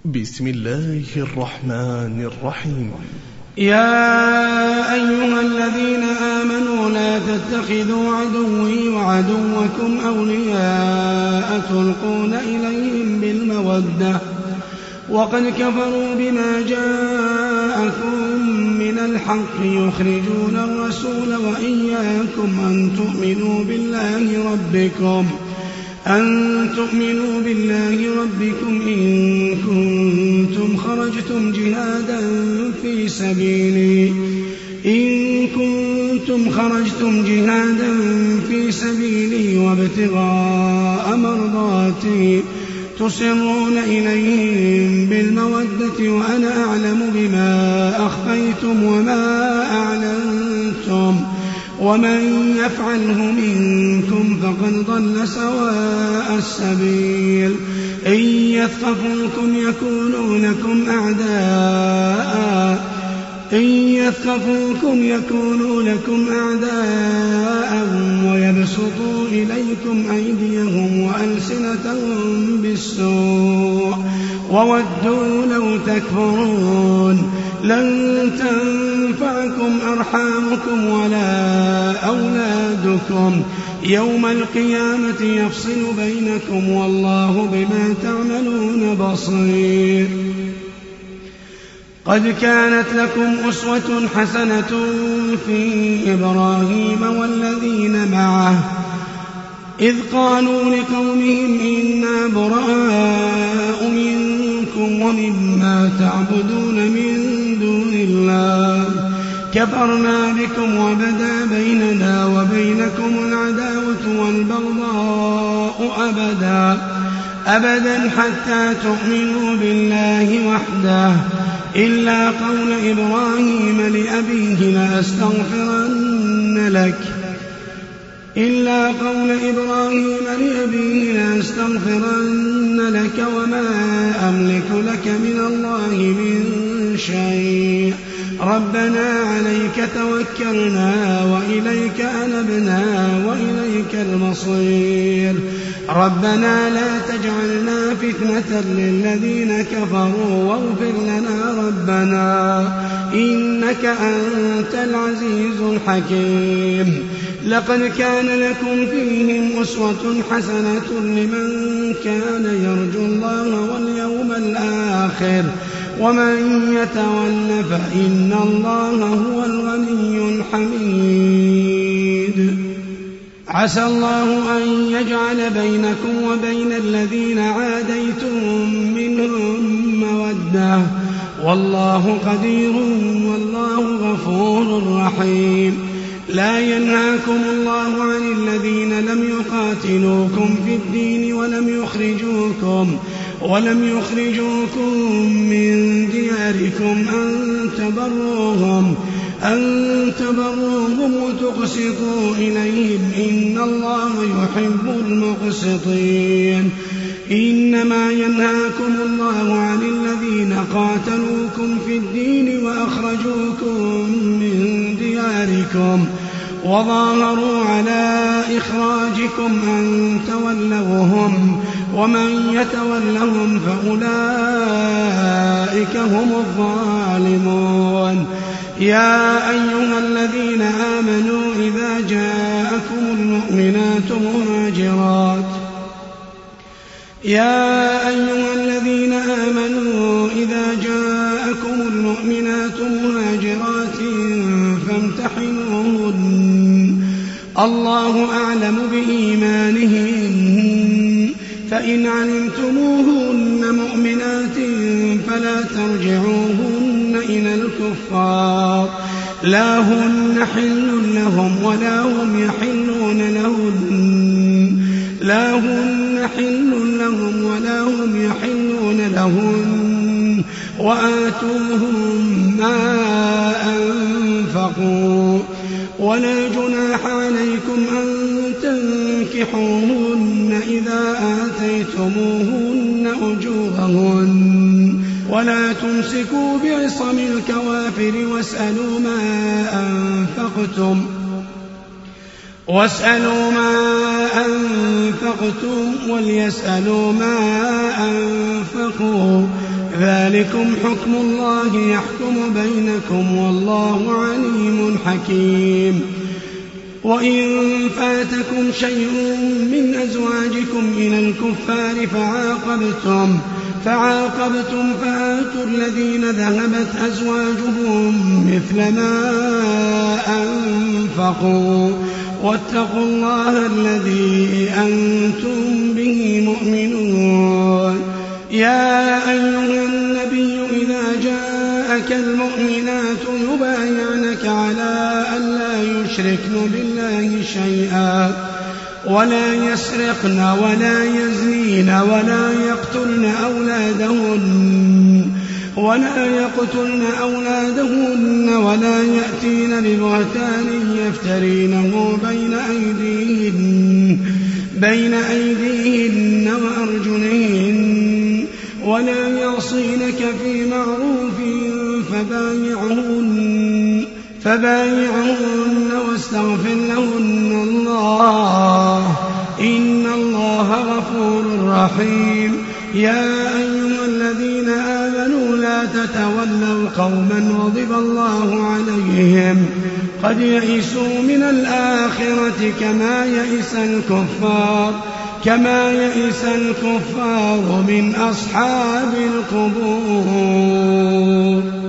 بسم الله الرحمن الرحيم. يا أيها الذين آمنوا لا تتخذوا عدوي وعدوكم أولياء تلقون إليهم بالمودة وقد كفروا بما جاءكم من الحق يخرجون الرسول وإياكم أن تؤمنوا بالله ربكم إن كنتم خرجتم جهادا في سبيلي وابتغاء مرضاتي تسرون إليهم بالمودة وأنا أعلم بما أخفيتم وما أعلنتم ومن يفعله منكم فقد ضل سواء السبيل إن يثقفوكم يكونوا لكم أعداء ويبسطوا إليكم أيديهم وألسنتهم بالسوء وودوا لو تكفرون لن تنفعكم أرحامكم ولا أولادكم يوم القيامة يفصل بينكم والله بما تعملون بصير. قد كانت لكم أسوة حسنة في إبراهيم والذين معه إذ قالوا لقومهم إنا براء منكم ومما تعبدون من دون الله كفرنا بكم وبدا بيننا وبينكم العداوة والبغضاء أبدا حتى تؤمنوا بالله وحده إلا قول إبراهيم لأبيه لأستغفرن لك وما أملك لك من الله من شيء ربنا عليك توكلنا وإليك أنبنا وإليك المصير ربنا لا تجعلنا فتنة للذين كفروا واغفر لنا ربنا إنك أنت العزيز الحكيم. لقد كان لكم فيهم أسوة حسنة لمن كان يرجو الله واليوم الآخر ومن يتول فإن الله هو الغني الحميد. عسى الله أن يجعل بينكم وبين الذين عاديتم منهم مودة والله قدير والله غفور رحيم. لا ينهاكم الله عن الذين لم يقاتلوكم في الدين ولم يخرجوكم من دياركم أن تبروهم وتقسطوا إليهم إن الله يحب المقسطين. إنما ينهاكم الله عن الذين قاتلوكم في الدين وأخرجوكم من دياركم وظاهروا على إخراجكم أن تولوهم ومن يتولهم فأولئك هم الظالمون. يا أيها الذين آمنوا إذا جاءكم المؤمنات مهاجرات فامتحنوهن الله أعلم بإيمانهن فإن علمتموهن مؤمنات فلا ترجعوهن إلى الكفار لا هن حل لهم ولا هم يحلون لهن وآتوهم ما أنفقوا ولا جناح عليكم أن تنكحوهن إذا آتيتموهن أجورهن ولا تمسكوا بعصم الكوافر واسألوا ما أنفقتم واسألوا ما أنفقتم وليسألوا ما أنفقوا ذلكم حكم الله يحكم بينكم والله عليم حكيم. وإن فاتكم شيء من أزواجكم إلى الكفار فعاقبتم فآتوا الذين ذهبت أزواجهم مثل ما أنفقوا واتقوا الله الذي أنتم به مؤمنون. يا أيها النبي إذا جاءك المؤمنات يبايعنك على أن لا يشركن بالله شيئا ولا يسرقن ولا يزنين ولا يقتلن أولادهن ولا يأتين ببهتان يفترينه بين أيديهن وأرجلهن ولا يعصينك في معروف فبايعهن واستغفر لهن الله إن الله غفور رحيم. يا أيها الذين آمنوا لا تتولوا قوما غضب الله عليهم قد يئسوا من الآخرة كما يئس الكفار من أصحاب القبور.